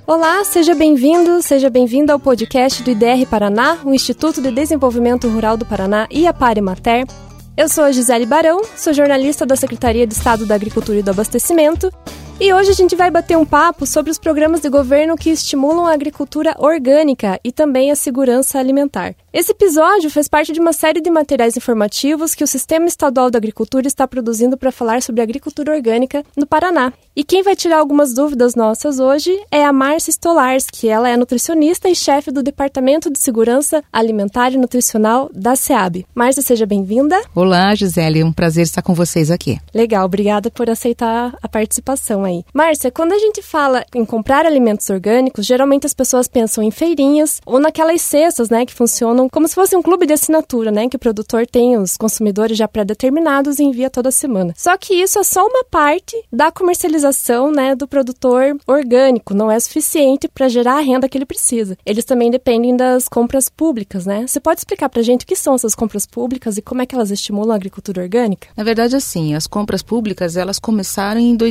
Olá, seja bem-vindo, seja bem-vinda ao podcast do IDR Paraná, o Instituto de Desenvolvimento Rural do Paraná e a Parimater. Eu sou a Gisele Barão, sou jornalista da Secretaria de Estado da Agricultura e do Abastecimento, e hoje a gente vai bater um papo sobre os programas de governo que estimulam a agricultura orgânica e também a segurança alimentar. Esse episódio faz parte de uma série de materiais informativos que o Sistema Estadual da Agricultura está produzindo para falar sobre agricultura orgânica no Paraná. E quem vai tirar algumas dúvidas nossas hoje é a Márcia Stolarski, ela é nutricionista e chefe do Departamento de Segurança Alimentar e Nutricional da SEAB. Márcia, seja bem-vinda. Olá, Gisele, é um prazer estar com vocês aqui. Legal, obrigada por aceitar a participação aí. Márcia, quando a gente fala em comprar alimentos orgânicos, geralmente as pessoas pensam em feirinhas ou naquelas cestas, que funcionam como se fosse um clube de assinatura, que o produtor tem os consumidores já pré-determinados e envia toda semana. Só que isso é só uma parte da comercialização, do produtor orgânico, não é suficiente para gerar a renda que ele precisa. Eles também dependem das compras públicas, Você pode explicar pra gente o que são essas compras públicas e como é que elas estimulam a agricultura orgânica? Na verdade, assim, as compras públicas, elas começaram em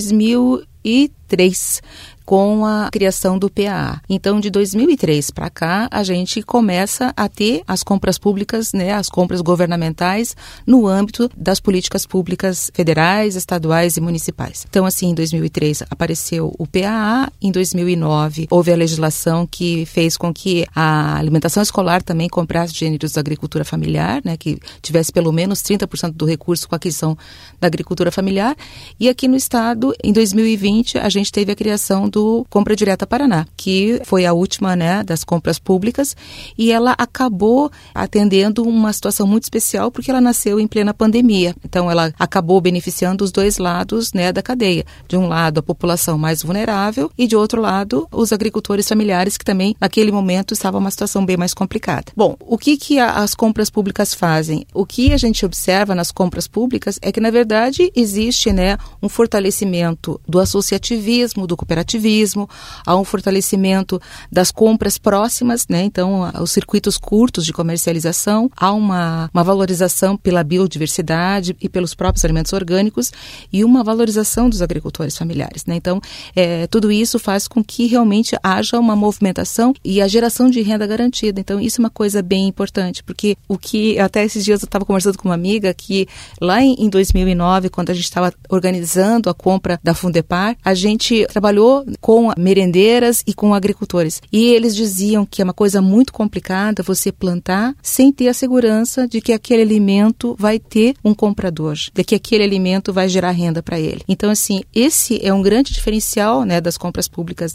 2003, com a criação do PAA. Então, de 2003 para cá, a gente começa a ter as compras públicas, as compras governamentais no âmbito das políticas públicas federais, estaduais e municipais. Então, assim, em 2003 apareceu o PAA, em 2009 houve a legislação que fez com que a alimentação escolar também comprasse gêneros da agricultura familiar, que tivesse pelo menos 30% do recurso com a aquisição da agricultura familiar. E aqui no estado, em 2020, a gente teve a criação do Compra Direta Paraná, que foi a última das compras públicas, e ela acabou atendendo uma situação muito especial porque ela nasceu em plena pandemia. Então ela acabou beneficiando os dois lados da cadeia. De um lado a população mais vulnerável e de outro lado os agricultores familiares que também naquele momento estavam numa situação bem mais complicada. Bom, o que as compras públicas fazem? O que a gente observa nas compras públicas é que na verdade existe um fortalecimento do associativismo, do cooperativismo, há um fortalecimento das compras próximas, então os circuitos curtos de comercialização, há uma valorização pela biodiversidade e pelos próprios alimentos orgânicos e uma valorização dos agricultores familiares. Então, tudo isso faz com que realmente haja uma movimentação e a geração de renda garantida. Então, isso é uma coisa bem importante, porque até esses dias eu estava conversando com uma amiga que lá em 2009, quando a gente estava organizando a compra da Fundepar, a gente trabalhou com merendeiras e com agricultores. E eles diziam que é uma coisa muito complicada você plantar sem ter a segurança de que aquele alimento vai ter um comprador, de que aquele alimento vai gerar renda para ele. Então, assim, esse é um grande diferencial das compras públicas,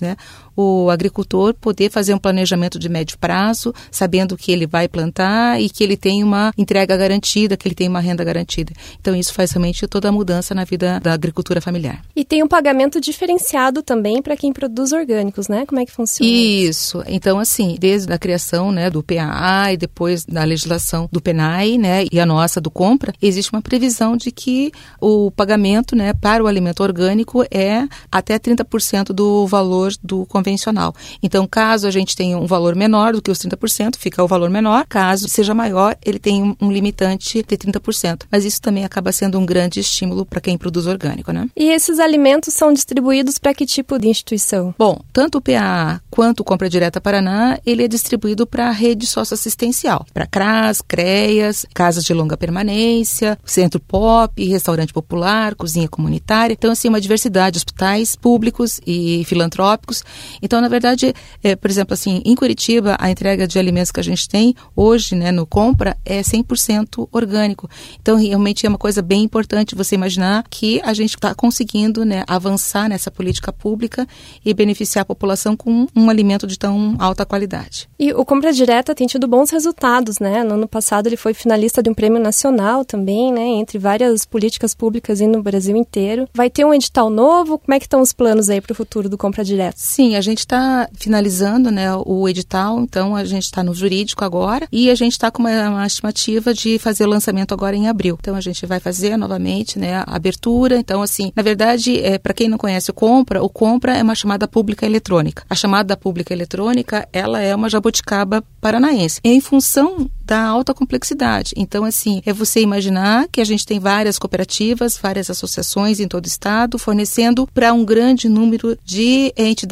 O agricultor poder fazer um planejamento de médio prazo, sabendo que ele vai plantar e que ele tem uma entrega garantida, que ele tem uma renda garantida. Então, isso faz realmente toda a mudança na vida da agricultura familiar. E tem um pagamento diferenciado também para quem produz orgânicos, Como é que funciona? Isso. Então, assim, desde a criação, do PAA e depois da legislação do PENAI, e a nossa do Compra, existe uma previsão de que o pagamento, para o alimento orgânico é até 30% do valor do convencional. Então, caso a gente tenha um valor menor do que os 30%, fica o valor menor. Caso seja maior, ele tem um limitante de 30%. Mas isso também acaba sendo um grande estímulo para quem produz orgânico, E esses alimentos são distribuídos para que tipo de instituição? Bom, tanto o PAA quanto o Compra Direta Paraná, ele é distribuído para a rede socioassistencial, para CRAS, CREAS, casas de longa permanência, centro POP, restaurante popular, cozinha comunitária. Então, assim, uma diversidade de hospitais públicos e filantrópicos. Então, na verdade, por exemplo, assim, em Curitiba, a entrega de alimentos que a gente tem hoje, no Compra, é 100% orgânico. Então, realmente é uma coisa bem importante você imaginar que a gente está conseguindo, avançar nessa política pública e beneficiar a população com um alimento de tão alta qualidade. E o Compra Direta tem tido bons resultados, No ano passado ele foi finalista de um prêmio nacional também, entre várias políticas públicas no Brasil inteiro. Vai ter um edital novo? Como é que estão os planos aí para o futuro do Compra Direta? Sim, a gente está finalizando o edital, então a gente está no jurídico agora e a gente está com uma estimativa de fazer o lançamento agora em abril. Então a gente vai fazer novamente a abertura. Então, assim, na verdade, para quem não conhece o Compra é uma chamada pública eletrônica. A chamada pública eletrônica, ela é uma jabuticaba paranaense. Em função da alta complexidade. Então, assim, é você imaginar que a gente tem várias cooperativas, várias associações em todo o estado, fornecendo para um grande número de entidades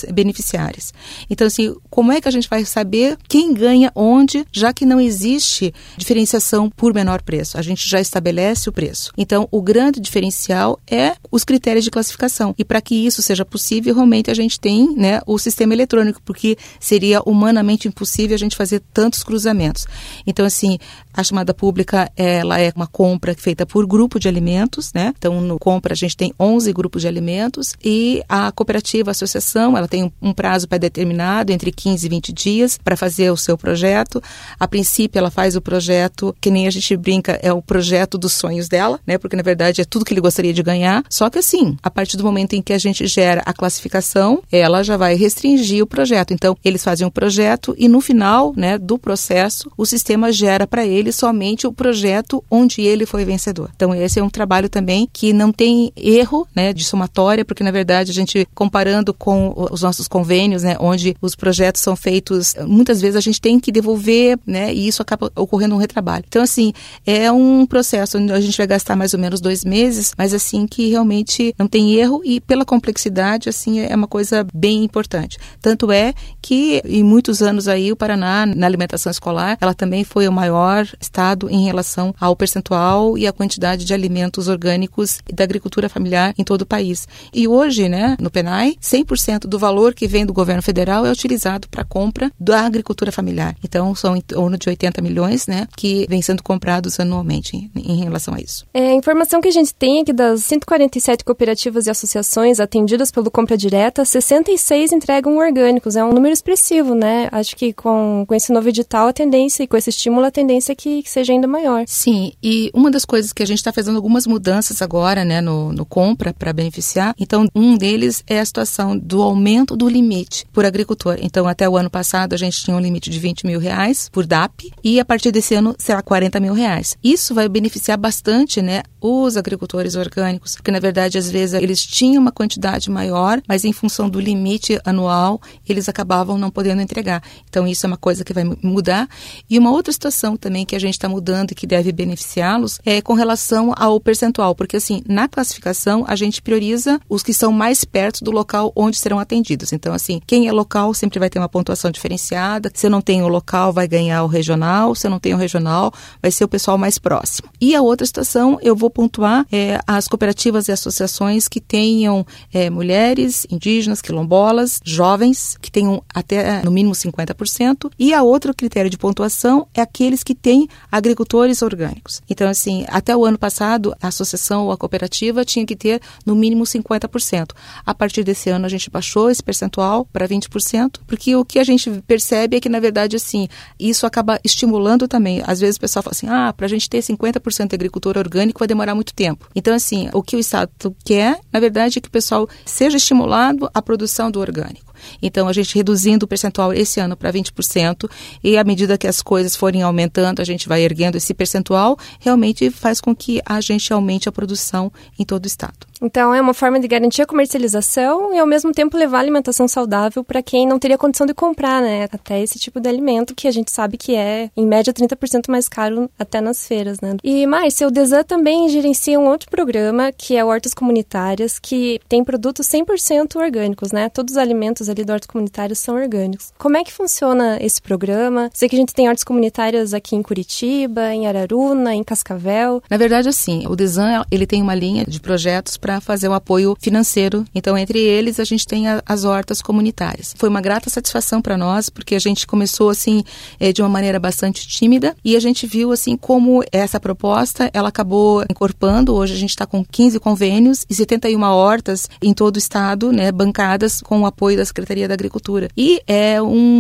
beneficiárias. Então, assim, como é que a gente vai saber quem ganha onde, já que não existe diferenciação por menor preço? A gente já estabelece o preço. Então, o grande diferencial é os critérios de classificação. E para que isso seja possível, realmente a gente tem, né, o sistema eletrônico, porque seria humanamente impossível a gente fazer tantos cruzamentos. Então, assim, a chamada pública, ela é uma compra feita por grupo de alimentos, né? Então, no compra a gente tem 11 grupos de alimentos e a cooperativa, a associação, ela tem um prazo pré-determinado, entre 15 e 20 dias, para fazer o seu projeto. A princípio, ela faz o projeto, que nem a gente brinca, é o projeto dos sonhos dela, né? Porque, na verdade, é tudo que ele gostaria de ganhar. Só que, assim, a partir do momento em que a gente gera a classificação, ela já vai restringir o projeto. Então, eles fazem um projeto e, no final, né, do processo, o sistema gera para ele somente o projeto onde ele foi vencedor. Então, esse é um trabalho também que não tem erro, né, de somatória, porque, na verdade, a gente, comparando com os nossos convênios, né, onde os projetos são feitos, muitas vezes a gente tem que devolver, né, e isso acaba ocorrendo um retrabalho. Então, assim, é um processo onde a gente vai gastar mais ou menos 2 meses, mas, assim, que realmente não tem erro e, pela complexidade, assim, é uma coisa bem importante. Tanto é que, em muitos anos aí, o Paraná, na alimentação escolar, ela também foi o maior estado em relação ao percentual e a quantidade de alimentos orgânicos da agricultura familiar em todo o país. E hoje, né, no PNAE, 100% do valor que vem do governo federal é utilizado para a compra da agricultura familiar. Então, são em torno de 80 milhões, né, que vêm sendo comprados anualmente em relação a isso. A informação que a gente tem é que das 147 cooperativas e associações atendidas pelo Compra Direta, 66 entregam orgânicos. É um número expressivo, né? Acho que com esse novo edital, a tendência, e com esse estímulo, a tendência é que seja ainda maior. Sim, e uma das coisas que a gente está fazendo algumas mudanças agora, né, no Compra, para beneficiar, então um deles é a situação do aumento do limite por agricultor. Então, até o ano passado, a gente tinha um limite de R$20 mil por DAP, e a partir desse ano será R$40 mil. Isso vai beneficiar bastante, né, os agricultores orgânicos, porque, na verdade, às vezes eles tinham uma quantidade maior, mas em função do limite anual, eles acabavam não podendo entregar. Então, isso é uma coisa que vai mudar. E uma outra situação também que a gente está mudando e que deve beneficiá-los é com relação ao percentual, porque, assim, na classificação, a gente prioriza os que são mais perto do local onde serão atendidos. Então, assim, quem é local sempre vai ter uma pontuação diferenciada. Se não tem o local, vai ganhar o regional. Se não tem o regional, vai ser o pessoal mais próximo. E a outra situação, eu vou pontuar as cooperativas e associações que tenham mulheres, indígenas, quilombolas, jovens, que tenham até no mínimo 50%. E a outro critério de pontuação é aqueles que têm agricultores orgânicos. Então, assim, até o ano passado, a associação ou a cooperativa tinha que ter no mínimo 50%. A partir desse ano, a gente baixou esse percentual para 20%, porque o que a gente percebe é que, na verdade, assim, isso acaba estimulando também. Às vezes o pessoal fala assim, para a gente ter 50% de agricultor orgânico vai demorar muito tempo. Então, assim, o que o Estado quer, na verdade, é que o pessoal seja estimulado à produção do orgânico. Então, a gente reduzindo o percentual esse ano para 20%, e à medida que as coisas forem aumentando, a gente vai erguendo esse percentual, realmente faz com que a gente aumente a produção em todo o estado. Então, é uma forma de garantir a comercialização e, ao mesmo tempo, levar alimentação saudável para quem não teria condição de comprar, né? Até esse tipo de alimento que a gente sabe que é, em média, 30% mais caro até nas feiras, né? E, Márcia, o DESAN também gerencia um outro programa, que é Hortas Comunitárias, que tem produtos 100% orgânicos, né? Todos os alimentos ali do Hortas Comunitárias são orgânicos. Como é que funciona esse programa? Sei que a gente tem hortas comunitárias aqui em Curitiba, em Araruna, em Cascavel. Na verdade, assim, o DESAN, ele tem uma linha de projetos para fazer um apoio financeiro. Então, entre eles, a gente tem as hortas comunitárias. Foi uma grata satisfação para nós, porque a gente começou, assim, de uma maneira bastante tímida, e a gente viu, assim, como essa proposta, ela acabou encorpando. Hoje a gente está com 15 convênios e 71 hortas em todo o estado, né, bancadas com o apoio da Secretaria da Agricultura. E é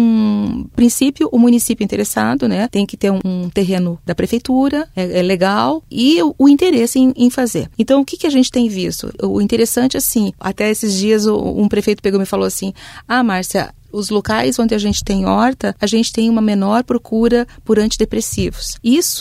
um princípio, o município interessado, né, tem que ter um terreno da prefeitura, é legal, e o interesse em fazer. Então, o que a gente tem visto? O interessante, assim, até esses dias um prefeito pegou e me falou assim, Márcia, os locais onde a gente tem horta, a gente tem uma menor procura por antidepressivos. Isso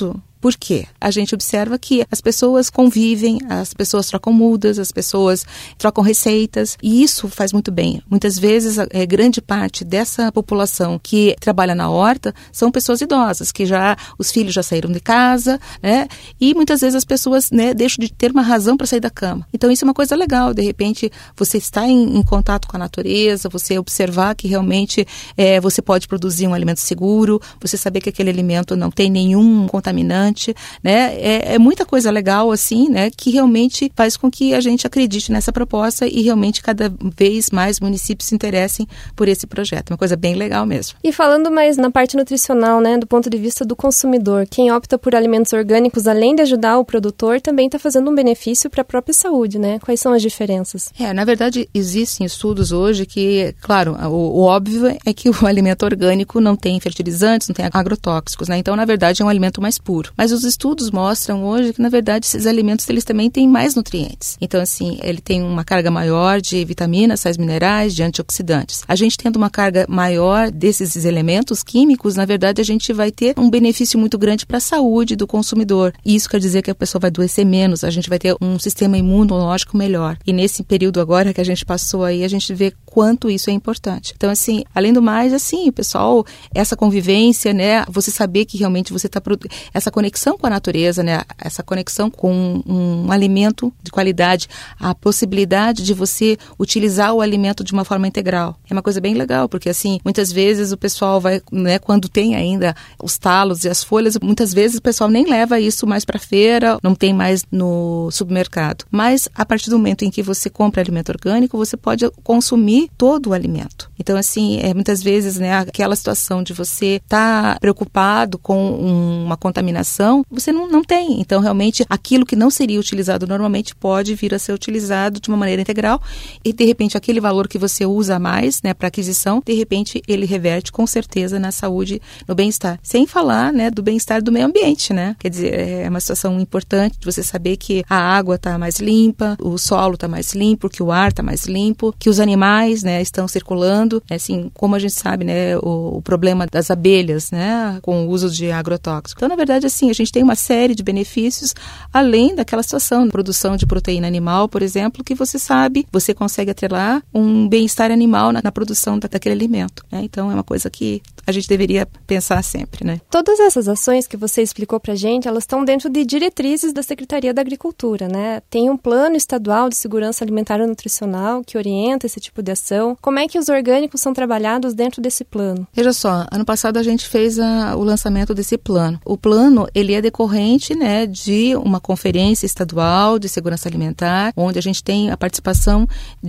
Por quê? A gente observa que as pessoas convivem, as pessoas trocam mudas, as pessoas trocam receitas, e isso faz muito bem. Muitas vezes, grande parte dessa população que trabalha na horta são pessoas idosas, que os filhos já saíram de casa, né? E muitas vezes as pessoas, né, deixam de ter uma razão para sair da cama. Então isso é uma coisa legal, de repente você está em contato com a natureza, você observar que realmente você pode produzir um alimento seguro, você saber que aquele alimento não tem nenhum contaminante, né? É muita coisa legal assim, né, que realmente faz com que a gente acredite nessa proposta e realmente cada vez mais municípios se interessem por esse projeto. Uma coisa bem legal mesmo. E falando mais na parte nutricional, né, do ponto de vista do consumidor, quem opta por alimentos orgânicos, além de ajudar o produtor, também está fazendo um benefício para a própria saúde, né? Quais são as diferenças? Na verdade, existem estudos hoje que, claro, o óbvio é que o alimento orgânico não tem fertilizantes, não tem agrotóxicos, né? Então, na verdade, é um alimento mais puro. Mas os estudos mostram hoje que, na verdade, esses alimentos, eles também têm mais nutrientes. Então, assim, ele tem uma carga maior de vitaminas, sais minerais, de antioxidantes. A gente tendo uma carga maior desses elementos químicos, na verdade, a gente vai ter um benefício muito grande para a saúde do consumidor. E isso quer dizer que a pessoa vai adoecer menos, a gente vai ter um sistema imunológico melhor. E nesse período agora que a gente passou aí, a gente vê quanto isso é importante. Então, assim, além do mais, assim, pessoal, essa convivência, né, você saber que realmente você está essa conexão com a natureza, né, essa conexão com um alimento de qualidade, a possibilidade de você utilizar o alimento de uma forma integral. É uma coisa bem legal, porque, assim, muitas vezes o pessoal vai, né, quando tem ainda os talos e as folhas, muitas vezes o pessoal nem leva isso mais para feira, não tem mais no supermercado. Mas, a partir do momento em que você compra alimento orgânico, você pode consumir todo o alimento. Então, assim, muitas vezes, né, aquela situação de você estar preocupado com uma contaminação, você não tem. Então, realmente, aquilo que não seria utilizado normalmente pode vir a ser utilizado de uma maneira integral e, de repente, aquele valor que você usa mais, né, para aquisição, de repente, ele reverte com certeza na saúde, no bem-estar. Sem falar, né, do bem-estar do meio ambiente, né? Quer dizer, é uma situação importante de você saber que a água está mais limpa, o solo está mais limpo, que o ar está mais limpo, que os animais, né, estão circulando. Assim, como a gente sabe, né, o problema das abelhas, né, com o uso de agrotóxicos. Então, na verdade, assim, a gente tem uma série de benefícios além daquela situação, produção de proteína animal, por exemplo, que você sabe, você consegue atrelar um bem-estar animal na produção daquele alimento, né? Então, é uma coisa que a gente deveria pensar sempre, né? Todas essas ações que você explicou pra gente, elas estão dentro de diretrizes da Secretaria da Agricultura, né? Tem um plano estadual de segurança alimentar e nutricional que orienta esse tipo de ação. Como é que os orgânicos são trabalhados dentro desse plano? Veja só, ano passado a gente fez o lançamento desse plano. O plano, ele é decorrente, né, de uma conferência estadual de segurança alimentar, onde a gente tem a participação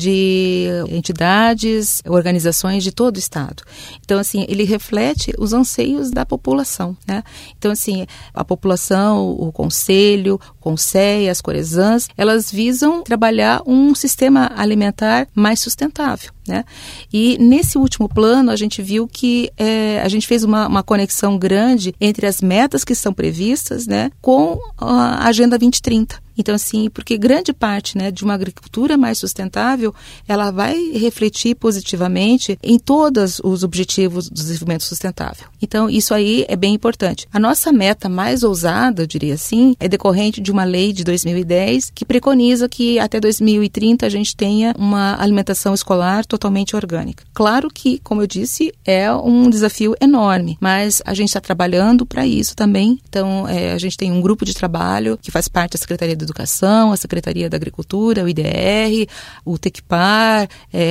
de entidades, organizações de todo o estado. Então, assim, ele reflete os anseios da população, né? Então, assim, a população, o conselho, o CONSEA, as Coresans, elas visam trabalhar um sistema alimentar mais sustentável, né? E nesse último plano a gente viu que a gente fez uma conexão grande entre as metas que estão previstas, né, com a Agenda 2030. Então, assim, porque grande parte, né, de uma agricultura mais sustentável, ela vai refletir positivamente em todos os objetivos do desenvolvimento sustentável. Então, isso aí é bem importante. A nossa meta mais ousada, eu diria assim, é decorrente de uma lei de 2010 que preconiza que até 2030 a gente tenha uma alimentação escolar totalmente orgânica. Claro que, como eu disse, é um desafio enorme, mas a gente está trabalhando para isso também. Então, a gente tem um grupo de trabalho que faz parte da Secretaria da Educação, a Secretaria da Agricultura, o IDR, o TECPAR,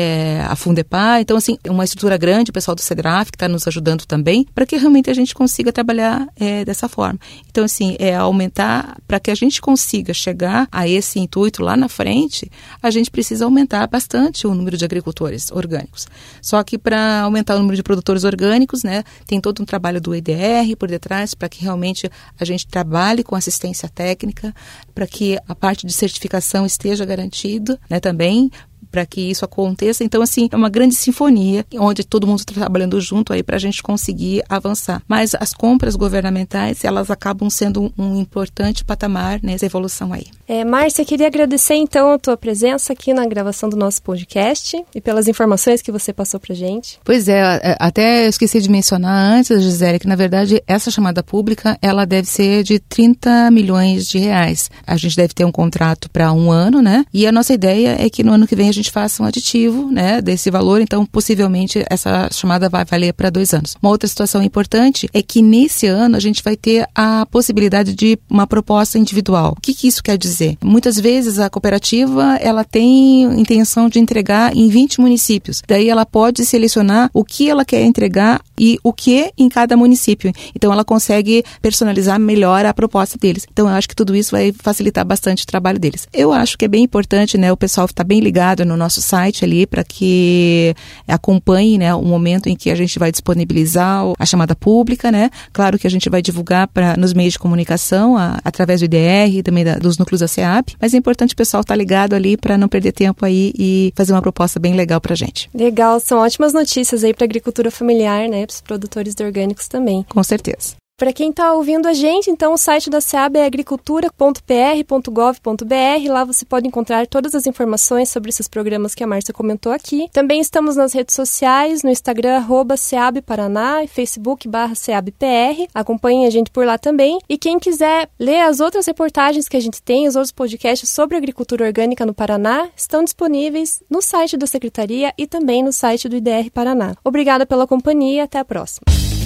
a Fundepar. Então, assim, é uma estrutura grande, o pessoal do CEDRAF que está nos ajudando também, para que realmente a gente consiga trabalhar dessa forma. Então, assim, aumentar, para que a gente consiga chegar a esse intuito lá na frente, a gente precisa aumentar bastante o número de agricultores orgânicos. Só que para aumentar o número de produtores orgânicos, né, tem todo um trabalho do IDR por detrás, para que realmente a gente trabalhe com assistência técnica, para que a parte de certificação esteja garantida, né, também, para que isso aconteça. Então, assim, é uma grande sinfonia, onde todo mundo está trabalhando junto aí para a gente conseguir avançar. Mas as compras governamentais, elas acabam sendo um importante patamar nessa evolução aí. Márcia, queria agradecer então a tua presença aqui na gravação do nosso podcast e pelas informações que você passou pra gente. Pois é, até esqueci de mencionar antes, Gisele, que na verdade essa chamada pública, ela deve ser de 30 milhões de reais. A gente deve ter um contrato para 1 ano, né? E a nossa ideia é que no ano que vem a gente faça um aditivo, né, desse valor, então possivelmente essa chamada vai valer para 2 anos. Uma outra situação importante é que nesse ano a gente vai ter a possibilidade de uma proposta individual. O que isso quer dizer? Muitas vezes a cooperativa, ela tem intenção de entregar em 20 municípios. Daí ela pode selecionar o que ela quer entregar e o que em cada município. Então ela consegue personalizar melhor a proposta deles. Então eu acho que tudo isso vai facilitar bastante o trabalho deles. Eu acho que é bem importante, né, o pessoal estar bem ligado no nosso site ali para que acompanhe, né, o momento em que a gente vai disponibilizar a chamada pública, né? Claro que a gente vai divulgar nos meios de comunicação, através do IDR e também dos núcleos da SEAB, mas é importante o pessoal estar ligado ali para não perder tempo aí e fazer uma proposta bem legal pra gente. Legal, são ótimas notícias aí para a agricultura familiar, né, para os produtores de orgânicos também. Com certeza. Para quem está ouvindo a gente, então o site da SEAB é agricultura.pr.gov.br. Lá você pode encontrar todas as informações sobre esses programas que a Márcia comentou aqui. Também estamos nas redes sociais, no Instagram, @SEABParaná e Facebook /SEABPR. Acompanhem a gente por lá também. E quem quiser ler as outras reportagens que a gente tem, os outros podcasts sobre agricultura orgânica no Paraná, estão disponíveis no site da Secretaria e também no site do IDR Paraná. Obrigada pela companhia e até a próxima.